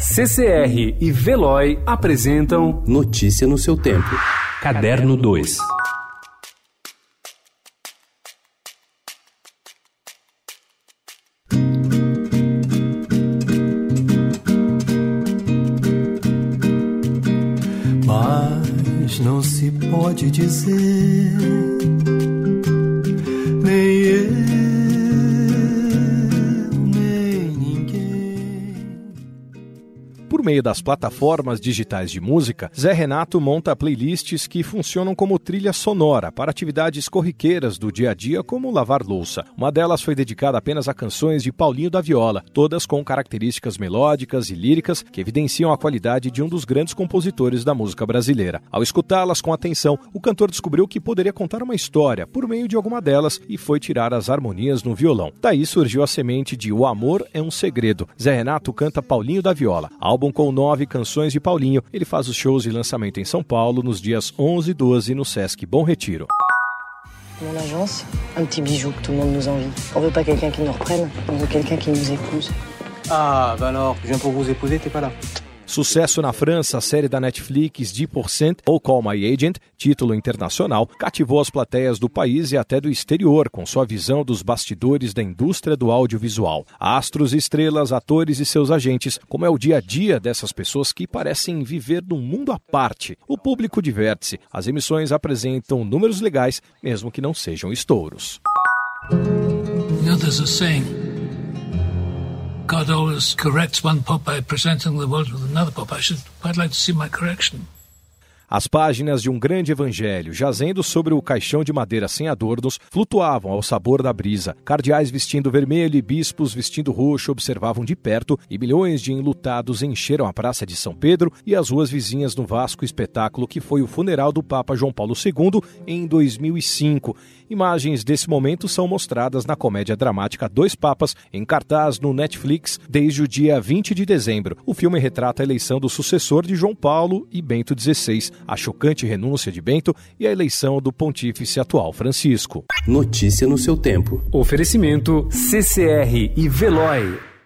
CCR e Veloy apresentam Notícia no seu tempo. Caderno 2. Mas não se pode dizer nem eu, nem ninguém. Por meio das plataformas digitais de música, Zé Renato monta playlists que funcionam como trilha sonora para atividades corriqueiras do dia a dia, como lavar louça. Uma delas foi dedicada apenas a canções de Paulinho da Viola, todas com características melódicas e líricas que evidenciam a qualidade de um dos grandes compositores da música brasileira. Ao escutá-las com atenção, o cantor descobriu que poderia contar uma história por meio de alguma delas e foi tirar as harmonias no violão. Daí surgiu a semente de O Amor é um Segredo. Zé Renato canta Paulinho da Viola, álbum com 9 canções de Paulinho. Ele faz os shows de lançamento em São Paulo nos dias 11 e 12 no Sesc Bom Retiro. Mon agence, un petit bijou que tout le monde nous envie. On veut pas quelqu'un qui nous reprenne, on veut quelqu'un qui nous épouse. Ah, bah alors, je viens pour vous épouser, t'es pas là. Sucesso na França, a série da Netflix 10% ou Call My Agent, título internacional, cativou as plateias do país e até do exterior, com sua visão dos bastidores da indústria do audiovisual. Astros, estrelas, atores e seus agentes, como é o dia a dia dessas pessoas que parecem viver num mundo à parte. O público diverte-se, as emissões apresentam números legais, mesmo que não sejam estouros. You know, there's a saying, God always corrects one Popeye presenting the world with another Popeye. I'd like to see my correction. As páginas de um grande evangelho, jazendo sobre o caixão de madeira sem adornos, flutuavam ao sabor da brisa. Cardeais vestindo vermelho e bispos vestindo roxo observavam de perto, e milhões de enlutados encheram a Praça de São Pedro e as ruas vizinhas no vasco espetáculo que foi o funeral do Papa João Paulo II em 2005. Imagens desse momento são mostradas na comédia dramática Dois Papas, em cartaz no Netflix desde o dia 20 de dezembro. O filme retrata a eleição do sucessor de João Paulo e Bento XVI, a chocante renúncia de Bento e a eleição do pontífice atual Francisco. Notícia no seu tempo. Oferecimento CCR e Veloy.